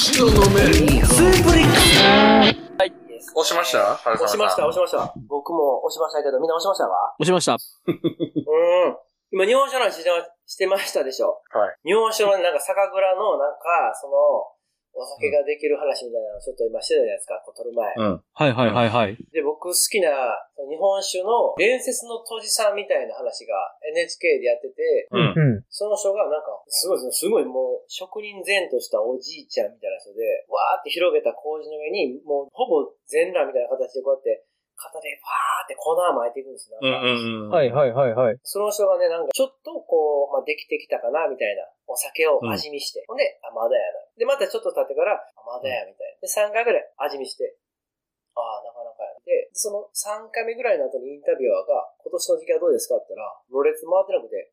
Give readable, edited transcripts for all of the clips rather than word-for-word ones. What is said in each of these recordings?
酒の飲めるスープリックス。 はい。 押しました？ 押しました。僕も押しましたけど、みんな押しましたか？ 押しました。 今、日本酒の話してましたでしょ。 はい。 日本酒のなんか酒蔵のなんか、お酒ができる話みたいなのをちょっと今してたじゃないですか、こう撮る前。 うん。 はいはいはいはい。 で、僕好きな日本酒の伝説の杜氏さんみたいな話が NHK でやってて、その人がなんか、すごいもう職人前としたおじいちゃんみたいな人で、わーって広げた麹の上に、もうほぼ全裸みたいな形でこうやって、肩でパーって粉巻いていくんですよ。 はいはいはいはい。 その人がね、なんかちょっとこう、できてきたかな、みたいな。お酒を味見して。ほんで、まだやな。で、またちょっと経ってから、まだや、みたいな。で、3回ぐらい味見して。なかなかや。で、その3回目ぐらいの後にインタビュアーが、今年の時期はどうですかって言ったら、ろれつ回ってなくて、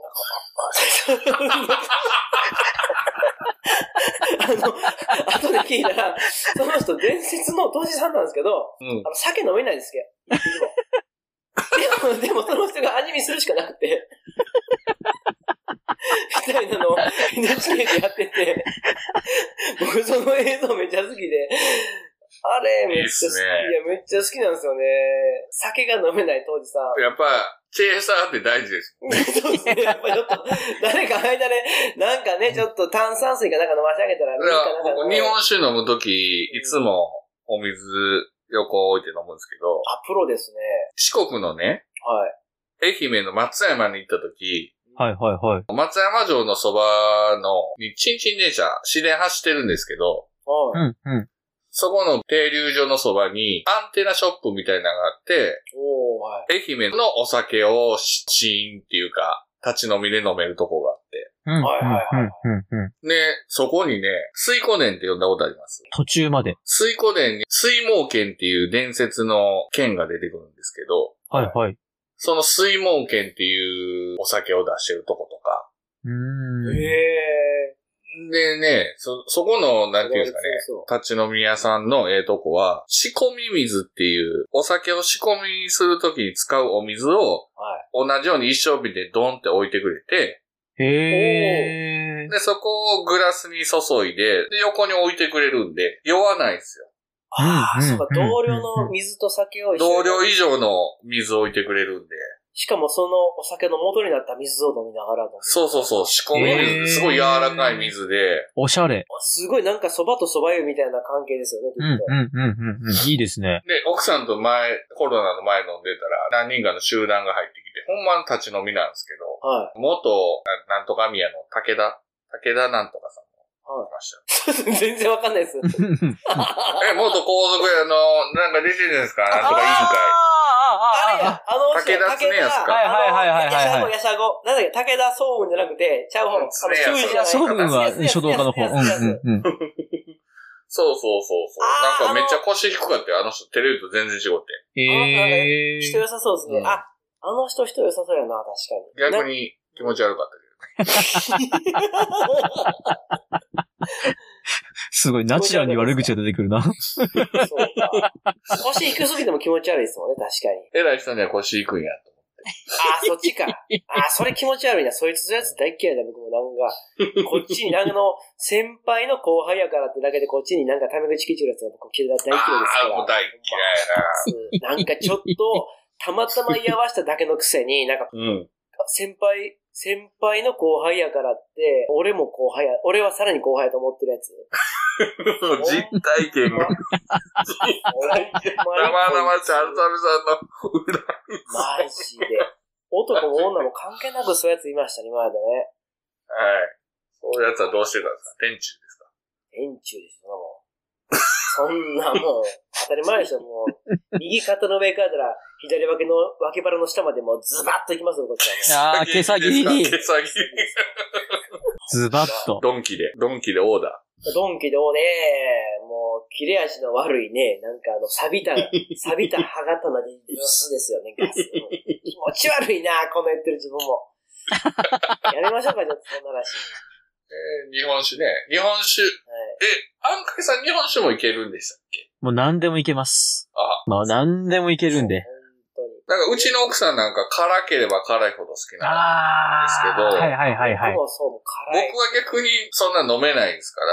後で聞いたら、その人伝説の杜氏さんなんですけど、酒飲めないんですけど。でもその人が味見するしかなくて、みたいなのを NHK でやってて、僕その映像めっちゃ好きで、あれめっちゃ好き。いや、めっちゃ好きなんですよね。酒が飲めない杜氏さん。 やっぱ、チェイサーって大事ですもんね。 そうですね。やっぱちょっと、誰か間で、なんかね、ちょっと炭酸水かなんか飲ましてあげたら、 僕、日本酒飲むとき、いつもお水横置いて飲むんですけど、 プロですね。 四国のね、 はい。 愛媛の松山に行ったとき、 はいはいはい。 松山城のそばの、チンチン電車、市電走ってるんですけど、そこの停留所のそばにアンテナショップみたいなのがあって、愛媛のお酒を試飲っていうか、立ち飲みで飲めるとこがあって。で、そこにね、水湖殿って呼んだことあります？ 途中まで。 水湖殿に水毛剣っていう伝説の剣が出てくるんですけど、 はいはい。 その水毛剣っていうお酒を出してるとことか。でね、そこの、なんていうんですかね、立ち飲み屋さんのとこは、仕込み水っていう、お酒を仕込みするときに使うお水を、同じように一升瓶でドンって置いてくれて、で、そこをグラスに注いで、横に置いてくれるんで、酔わないんですよ。 そうか、同量の水と酒を同量以上の水を置いてくれるんで。 しかもそのお酒の元になった水を飲みながら飲む。 そう。仕込み水。すごい柔らかい水で。 おしゃれ。 すごいなんか蕎麦と蕎麦湯みたいな関係ですよね、きっと。 いいですね。 で、奥さんとコロナの前飲んでたら、何人かの集団が入ってきて、ほんまの立ち飲みなんですけど、元、なんとか宮の武田なんとかさんも来ました。 全然わかんないです。 元皇族屋の、なんか出てるんですか？なんとか委員会。 あれや、 武田常康か。 やしゃご。なんだっけ、武田総雲じゃなくて、ちゃう方。 総雲は書道家の方。 そう。なんかめっちゃ腰低かったよ。あの人、テレビと全然違って。 人良さそうですね。あの人良さそうやな、確かに。逆に気持ち悪かったけどね。 すごい、ナチュラルに悪口が出てくるな。 そうか。腰低すぎても気持ち悪いですもんね、確かに。 偉い人には腰低いんやと思って。 そっちか。それ気持ち悪いな。そいつのやつ大嫌いだ、僕もなんか。こっちに先輩の後輩やからってだけでこっちになんかタメ口切っちゃうやつが僕大嫌いですから。 もう大嫌いな。なんかちょっと、たまたま居合わせただけのくせに、なんか、先輩の後輩やからって、俺はさらに後輩と思ってるやつ。 実体験が。生々しいアルタルさんの裏。 マジで。男も女も関係なくそういうやついましたね、今までね。 はい。そういうやつはどうしてたんですか？天中ですか？ 天中ですよ、もう。そんなもう、当たり前でしょ、もう。右肩の上から左脇腹の下までもうズバッといきますよ、こっちは。 毛先に。ズバッと。 ドンキでオーダー。 ドンキでもう、切れ味の悪いね、なんか錆びた歯型なジュースですよね、ガス。気持ち悪いな、この言ってる自分も。やめましょうか、ちょっとそんな話。 日本酒ね。日本酒。アンカイさん日本酒もいけるんでしたっけ？ もう何でもいけます。何でもいけるんで。 なんかうちの奥さんなんか辛ければ辛いほど好きなんですけど、 はいはいはいはい。 僕は逆にそんな飲めないですから、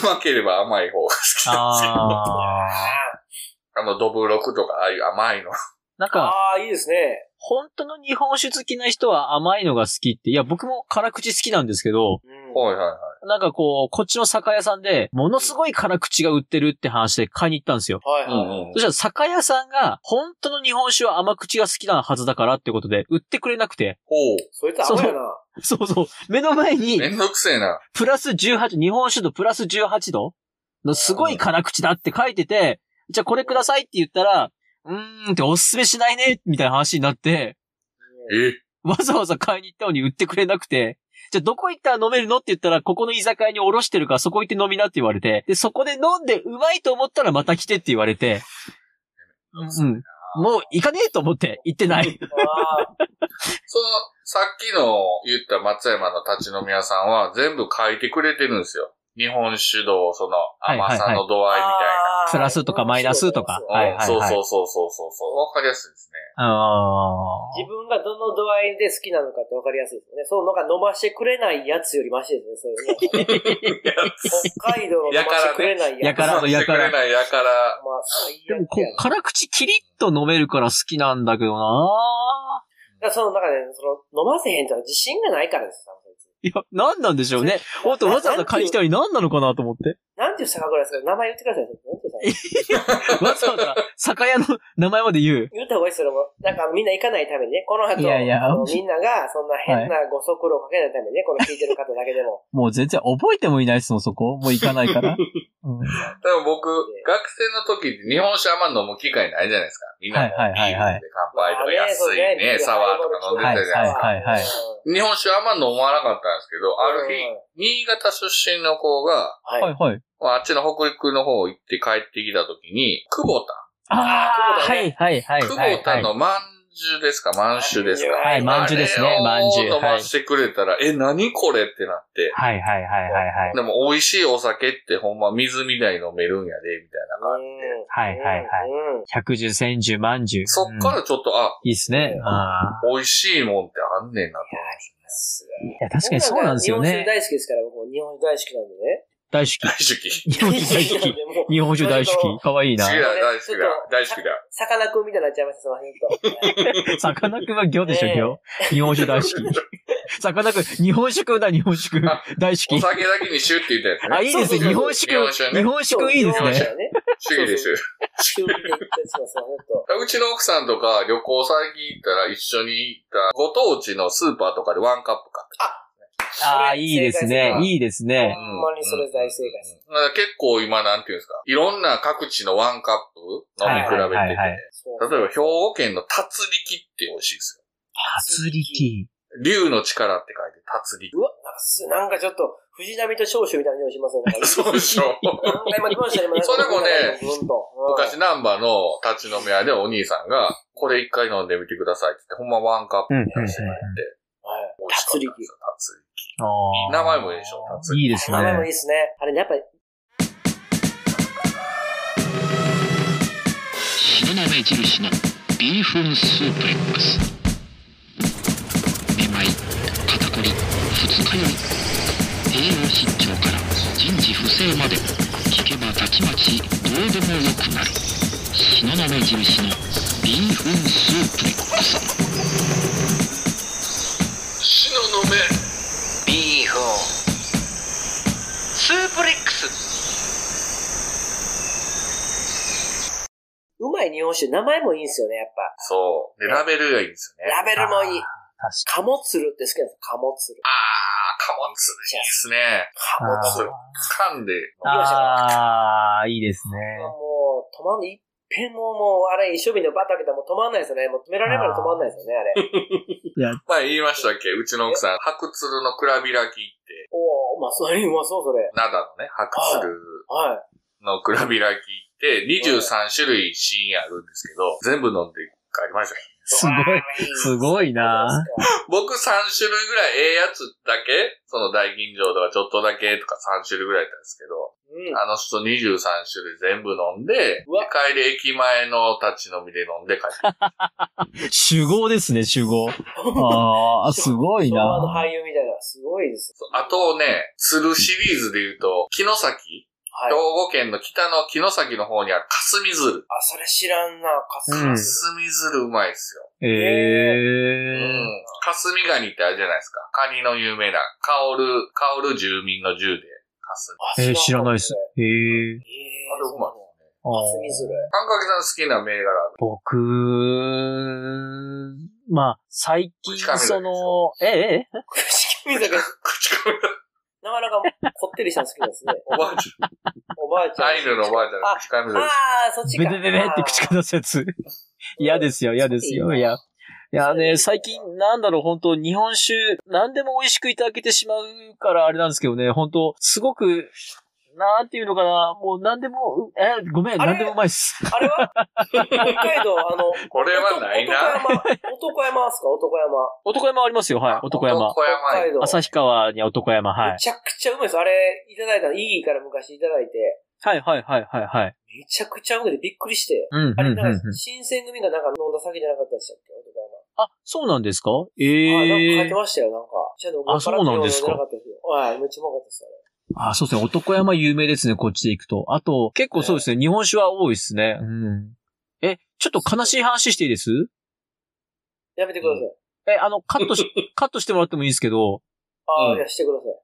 甘ければ甘い方が好きなんですよ。ドブロクとかああいう甘いの。 なんか、 いいですね。 本当の日本酒好きな人は甘いのが好きって、いや僕も辛口好きなんですけど、 はいはいはい。 なんかこっちの酒屋さんで、ものすごい辛口が売ってるって話で買いに行ったんですよ。 はいはい。 そしたら酒屋さんが、本当の日本酒は甘口が好きなはずだからってことで、売ってくれなくて。 そいつ甘いな。 そうそう。目の前に、 めんどくせえな。 プラス18、日本酒度プラス18度のすごい辛口だって書いてて、じゃあこれくださいって言ったら、っておすすめしないね、みたいな話になって、わざわざ買いに行ったのに売ってくれなくて、じゃあどこ行ったら飲めるのって言ったら、ここの居酒屋におろしてるからそこ行って飲みなって言われて、で、そこで飲んでうまいと思ったらまた来てって言われて、もう行かねえと思って行ってない。 さっきの言った松山の立ち飲み屋さんは全部書いてくれてるんですよ。日本酒度、その甘さの度合いみたいな。 プラスとかマイナスとか。 そう。わかりやすいですね。 自分がどの度合いで好きなのかってわかりやすいですよね。そう、なんか飲ましてくれないやつよりマシですね、そういうね。北海道の飲ましてくれないやつ。 やから。 まあ、 でも辛口キリッと飲めるから好きなんだけどなぁ。その中で、飲ませへんってのは自信がないからですよ。 いや、なんなんでしょうね。ほんとわざわざ買いに来たのに何なのかなと思って。 なんていう酒蔵ですか？名前言ってください。 わざわざ酒屋の名前まで言う。 言った方がいいですよ。なんかみんな行かないためにね。この後、みんながそんな変なご足労かけないためにね。この聞いてる方だけでも。 もう全然覚えてもいないですもん、そこ。もう行かないから。 でも僕、学生の時って日本酒あんま飲む機会ないじゃないですか。みんなビールで乾杯とか安いね、サワーとか飲んでたじゃないですか。日本酒あんま飲まなかったんですけど、ある日、新潟出身の子が、あっちの北陸の方行って帰ってきた時に、久保田。久保田のまんじゅうですか、満酒ですか。 はい、満酒ですね、満酒。 飲ましてくれたら、何これってなって。でも美味しいお酒ってほんま水みたいに飲めるんやで、みたいな感じで。 百十千十万十。 そっからちょっと、 いいっすね。 美味しいもんってあんねんなと思いますね。いや、確かにそうなんですよね。 日本酒大好きですから、僕も日本酒大好きなんでね。 大好き。日本酒大好き。日本酒大好き。かわいいな。 大好きだ。 さかなクンみたいになっちゃいました、すいませんと。 さかなクンは魚でしょ、魚。日本酒大好き。さかなクン、日本酒くんだ、日本酒くん。大好き。 お酒だけにシュって言ったやつね。 いいですね、日本酒くん。日本酒くんいいですね。 主義です。うちの奥さんとか旅行先行ったら一緒に行ったご当地のスーパーとかでワンカップ買って。 いいですね。いいですね。 ほんまにそれ大正解です。 結構今なんていうんですか、いろんな各地のワンカップ飲み比べてて、例えば兵庫県の達力って美味しいですよ。 達力。 竜の力って書いて達力。 うわ、なんかちょっと、藤波と少々みたいな匂いしませんね。 そうでしょ。 今来ましたね。 それもね、昔ナンバーの立ち飲み屋でお兄さんが、これ一回飲んでみてくださいって言って、ほんまワンカップやしてもらって、 達力。 名前もいいでしょ、達力。 いいですね。 名前もいいですね。あれね、やっぱり。 東雲印のビーフンスープレックス。めまい、肩こり、二日酔い。栄養失調から人事不正まで聞けばたちまちどうでもよくなる東雲印のビーフンスープレックス。 東雲ビーフンスープレックス。うまい日本酒、名前もいいんですよね、やっぱ。 そう。で、ラベルがいいんですよね。 ラベルもいい。鴨鶴って好きなんですよ、鴨鶴。 鴨鶴いいですね。 鴨鶴。 噛んで。 いいですね。 もう、止まんない。一遍もあれ、一生瓶でバッと開けたらもう止まんないですよね。もう止められるまで止まんないですよね、あれ。 前言いましたっけ？うちの奥さん、白鶴の蔵開きって。 うまそう、それ。 灘のね、白鶴の蔵開きって23種類シーンあるんですけど、全部飲んで帰りましたね。 すごいな。 僕3種類ぐらいやつだけ、その大吟醸とかちょっとだけとか3種類ぐらいだったんですけど、あの人23種類全部飲んで、帰り駅前の立ち飲みで飲んで帰って。 酒豪ですね、酒豪。ああ、すごいな。 昭和の俳優みたいな、すごいです。 あとね、鶴シリーズで言うと、城崎、兵庫県の北の城崎の方にある霞鶴。 あ、それ知らんな、 霞鶴うまいっすよ。霞ガニってあるじゃないですか。カニの有名な、香る住民の住で、 霞。知らないっす。 あれうまい。 霞鶴。 あんかけさん好きな銘柄ある？ 僕、まあ、最近その、 口上酒。なかなかこってりしたの好きですね。 おばあちゃん。アイヌのおばあちゃんの口上酒。 そっちか。 ベベベベって口から出すやつ。嫌ですよ。いやね、最近、本当日本酒、何でも美味しくいただけてしまうからあれなんですけどね、本当すごく、なんていうのかな、もう何でも、ごめん、何でもうまいっす。 あれは北海道、 これはないな。 男山ですか？男山。 男山ありますよ、はい。男山。 北海道。 旭川に男山、はい。 めちゃくちゃうまいです。あれ、いただいたの、イギーから昔いただいて。 はい。 めちゃくちゃうまいでびっくりして。あれ、新選組が飲んだ酒じゃなかったでしたっけ？男山。 あ、そうなんですか？ なんか書いてましたよ、 あ、そうなんですか？ はい、めっちゃうまかったです、あれ。 あ、そうですね。男山有名ですね、こっちで行くと。あと、結構そうですね、日本酒は多いですね。ちょっと悲しい話していいです？ やめてください。 カットしてもらってもいいですけど。 いや、してください。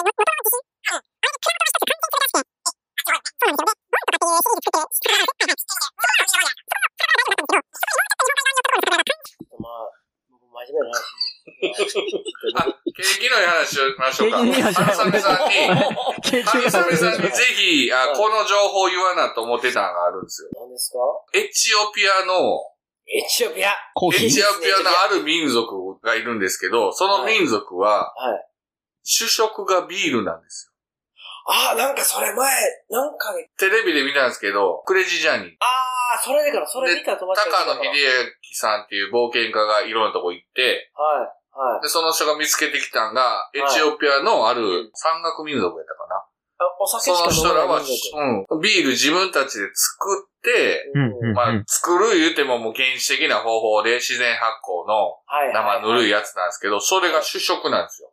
真面目な話。 景気のいい話をしましょうか。春雨さんにぜひ、この情報言わなと思ってたのがあるんですよ。 何ですか？ エチオピアのある民族がいるんですけど、その民族は、主食がビールなんですよ。 なんかそれ前、 テレビで見たんですけど、クレイジージャーニー。 それ見たと思って高野秀明さんっていう冒険家がいろんなとこ行って、で、その人が見つけてきたんが、エチオピアのある山岳民族やったかな。 お酒しか飲まない民族。 その人らは、ビール自分たちで作って、作る言うてももう原始的な方法で自然発酵の生ぬるいやつなんですけど、それが主食なんですよ。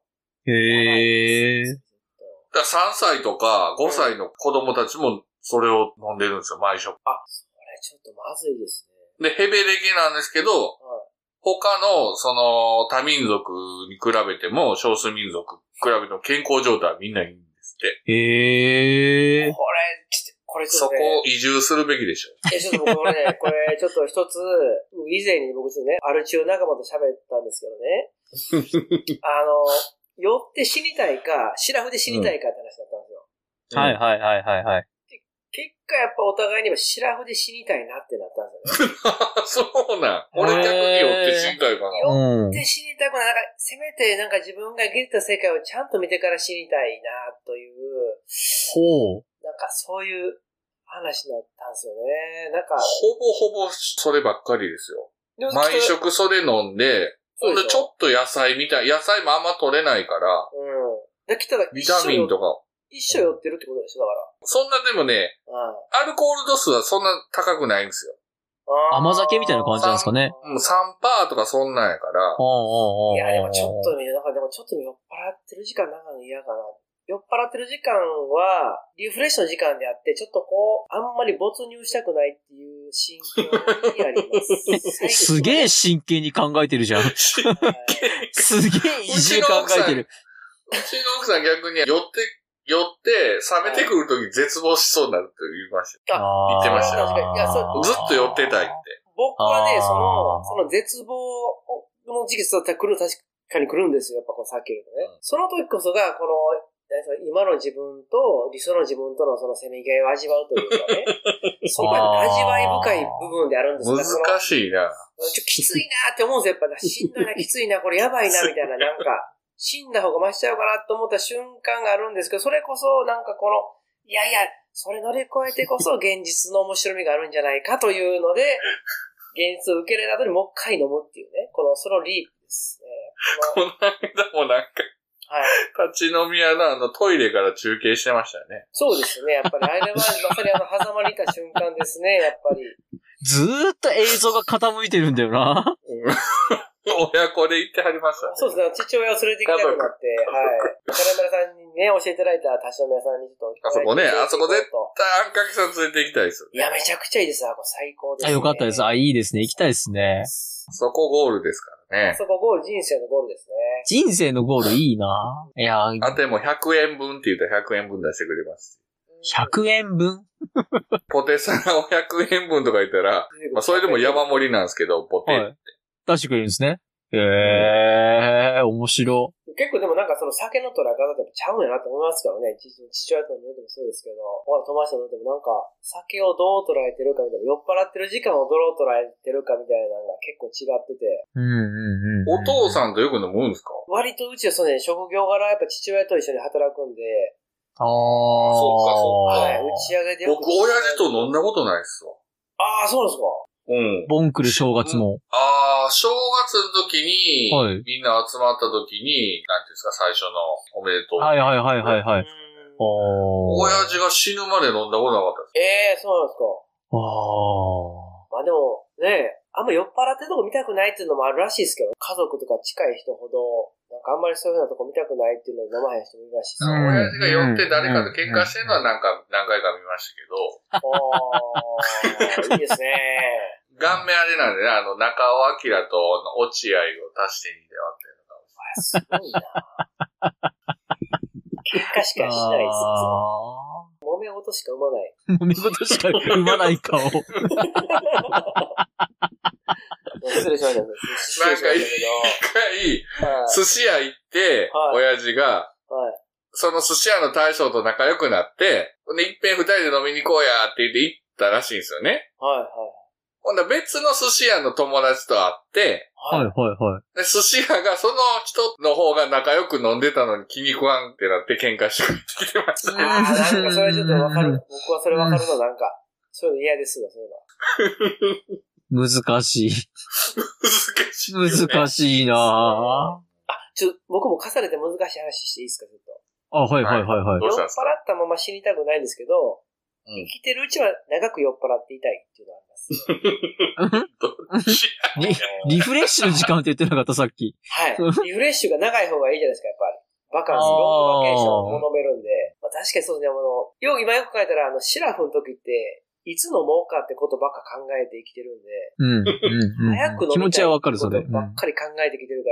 だから3歳とか5歳の子供たちもそれを飲んでるんですよ、毎食。 それちょっとまずいですね。で、ヘベレケなんですけど、他の、多民族に比べても、少数民族比べても健康状態はみんないいんですって。 これそこを移住するべきでしょ。 ちょっと僕ね、これちょっと一つ、以前に僕ちょっとね、アル中仲間と喋ったんですけどね。酔って死にたいか、シラフで死にたいかって話だったんですよ。 はい。 結果やっぱお互いにはシラフで死にたいなってなったんですよね。 そうなん。俺逆に酔って死にたいかな。 酔って死にたくない。せめて自分が生きてた世界をちゃんと見てから死にたいなという。そういう話だったんですよね。 ほぼそればっかりですよ。毎食それ飲んで、ちょっと野菜みたい。野菜もあんま取れないから。ビタミンとか。 一緒酔ってるってことでしょ、だから。 そんなでもね、アルコール度数はそんな高くないんですよ。 甘酒みたいな感じなんですかね。 3% とかそんなんやから。 いや、でもちょっとね、酔っ払ってる時間長いの嫌かな。酔っ払ってる時間は、リフレッシュの時間であって、ちょっとあんまり没入したくないっていう心境にあります。 すげえ真剣に考えてるじゃん。すげえ移住考えてる。 うちの奥さん逆に酔って冷めてくるとき絶望しそうになるって言いました。言ってましたよ。ずっと酔ってたいって。 僕はね、その絶望の時期だったら確かに来るんですよ。やっぱさっき言うとね。その時こそが、今の自分と理想の自分とのそのせめぎ合いを味わうというかね。そこは味わい深い部分であるんですが、 難しいな。 きついなって思うんですよ。やっぱしんどいな、きついな、これやばいな、みたいな、死んだ方が増しちゃうかなと思った瞬間があるんですけど、それこそそれ乗り越えてこそ現実の面白みがあるんじゃないかというので、 実を受け入れた後にもう一回飲むっていうね。そのリープですね。 この間もなんか、はい。立ち飲み屋のトイレから中継してましたよね。 そうですね。やっぱりあれはまさに狭間にいた瞬間ですね、やっぱり。 ずーっと映像が傾いてるんだよな。 親子で行ってはりましたね。 そうですね。父親を連れて行きたくなって、はい。金村さんにね、教えていただいた立ち飲み屋さんにちょっと。 あそこね、あそこ絶対あんかけさん連れて行きたいですよ、 ね。いや、めちゃくちゃいいです。最高です、ね。 よかったです。いいですね。行きたいですね。 そこゴールですからね。 そこゴール、人生のゴールですね。 人生のゴールいいな。いや、 あとも100円分って言ったら100円分出してくれます。 100円分ポテサラを100円分とか言ったら、まあそれでも山盛りなんですけど、ポテって。はい、 出してくれるんですね。面白。 結構でもなんかその酒の捉え方ってちゃうんやなと思いますからね。父親と飲んでもそうですけど、友達と飲んでもなんか酒をどう捉えてるかみたいな、酔っ払ってる時間をどう捉えてるかみたいなのが結構違ってて。 お父さんとよく飲むんですか？ 割とうちはそうね、職業柄やっぱ父親と一緒に働くんで。 そうか。 はい、打ち上げでよく。 僕、親父と飲んだことないっすわ。 そうなんですか。 うん。 ボンクル正月も。 正月の時に、はい、みんな集まった時に、なんていうんですか、最初のおめでとう。 はい。親父が死ぬまで飲んだことなかったです。そうなんですか。まあでも、ね、あんま酔っ払ってるとこ見たくないっていうのもあるらしいですけど、家族とか近い人ほど、なんかあんまりそういうふうなとこ見たくないっていうのを飲まへん人もいるらしいです。 親父が酔って誰かと喧嘩してるのはなんか何回か見ましたけど。 いいですね。 顔面あれなんでね、中尾明と落合を足して2で割ってるのか。すごいな。喧嘩しかしないですよ。揉め事しか生まない。 揉め事しか生まない顔。 失礼しました。 なんか一回、寿司屋行って、親父が、その寿司屋の大将と仲良くなって、で、いっぺん二人で飲みに行こうやって言って行ったらしいんですよね。ほんで別の寿司屋の友達と会って、で、寿司屋がその人の方が仲良く飲んでたのに気に食わんってなって喧嘩してきてましたね。 なんかそれちょっとわかる。僕はそれわかるのなんか、そういうの嫌ですわ、そういうの。 難しい。難しいなぁ。 僕も重ねて難しい話していいですか、ちょっと。 はい。酔っ払ったまま死にたくないんですけど、生きてるうちは長く酔っ払っていたいっていうのがあります。 リフレッシュの時間って言ってなかった、さっき。 はい。リフレッシュが長い方がいいじゃないですか、やっぱり。バカンス、ロングバケーションを求めるんで。確かにそうですね、今よく考えたら、シラフの時って、いつ飲もうかってことばっか考えて生きてるんで、早く飲みたいことばっかり考えてきてるから、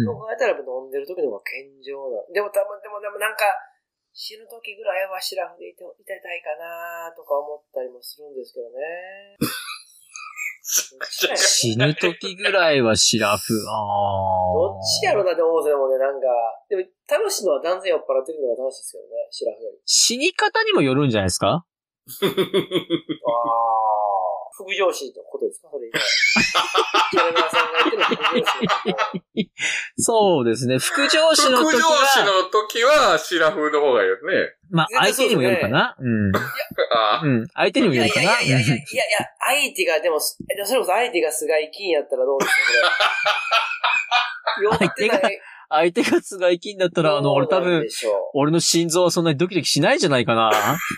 そう考えたら飲んでる時の方が健常な。でもなんか、死ぬ時ぐらいはシラフでいたいかなとか思ったりもするんですけどね。 死ぬ時ぐらいはシラフ。 どっちやろなって思うんですよね、なんか。でも楽しいのは断然酔っ払ってるのが楽しいですけどね、シラフより。 死に方にもよるんじゃないですか？ 副上司ってことですか、それ今。キャラメラさんが言ってる副上司。 そうですね。副上司の時はシラフの方がいいよね。 まあ、相手にもよるかな。相手にもよるかな。 相手が、でも、それこそ相手が菅井金やったらどうですか、これ。 相手が菅井金だったら、俺多分、俺の心臓はそんなにドキドキしないんじゃないかな。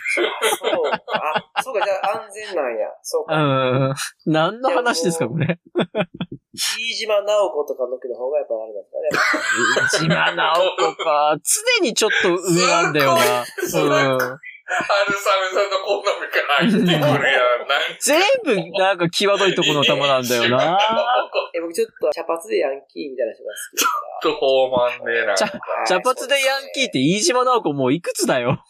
そうか、じゃあ安全なんや。そうか。 何の話ですか、これ。 飯島直子とかの時の方がやっぱあれなんですかね。飯島直子か。常にちょっと上なんだよな。 春雨さんの好みから入ってくるやん。 全部なんか際どいとこの球なんだよな。 僕ちょっと茶髪でヤンキーみたいな人が好きだから。 ちょっと豊満ねえな。 茶髪でヤンキーって飯島直子もういくつだよ。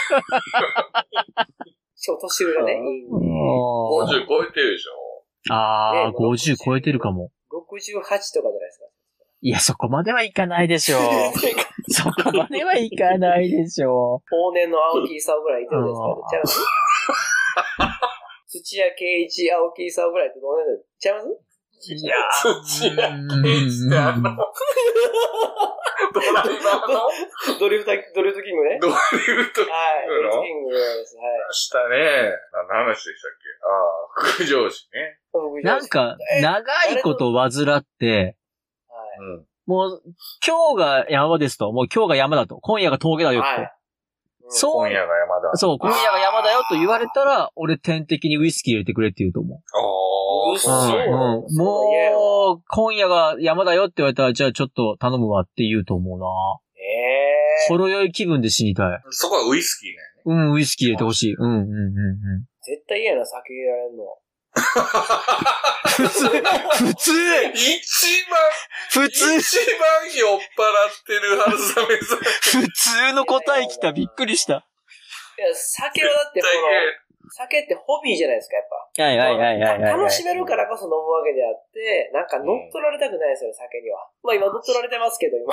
しかも年上がね、いいんで。 50超えてるでしょ。 50超えてるかも。 68とかじゃないですか。 いや、そこまではいかないでしょう。そこまではいかないでしょう。 往年の青木功ぐらいいてるんですか？ちゃいます？土屋圭一、青木功ぐらいってどうなんだ？ちゃいます？ いや土屋圭一ってドライバーのドリフトキングね。 ドリフトキングの？ はい。ドリフトキングです。はい。 したね。何の話でしたっけ？副上司ね。 なんか、長いこと患って、もう、今日が山ですと、もう今日が山だと、今夜が峠だよって。 そう。今夜が山だ。 そう、今夜が山だよと言われたら、俺天敵にウイスキー入れてくれって言うと思う。もう、今夜が山だよって言われたら、じゃあちょっと頼むわって言うと思うな。ほろ酔い気分で死にたい。 そこはウイスキーね。 ウイスキー入れてほしい。 絶対嫌な酒入れられるの。 普通一番酔っ払ってる春雨さん。 普通の答え来た。びっくりした。 いや、酒はだって酒ってホビーじゃないですか、やっぱ。楽しめるからこそ飲むわけであって、なんか乗っ取られたくないですよ、酒には。まあ今乗っ取られてますけど、今。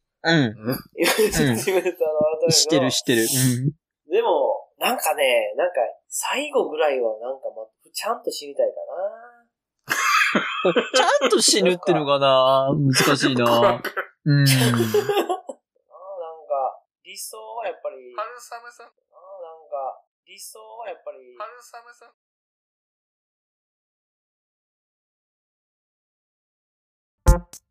してる。 でも、なんかね、最後ぐらいはちゃんと死にたいかな。 ちゃんと死ぬってのかな難しいな。 理想はやっぱり。 春雨さん。 理想はやっぱり。 春雨さん。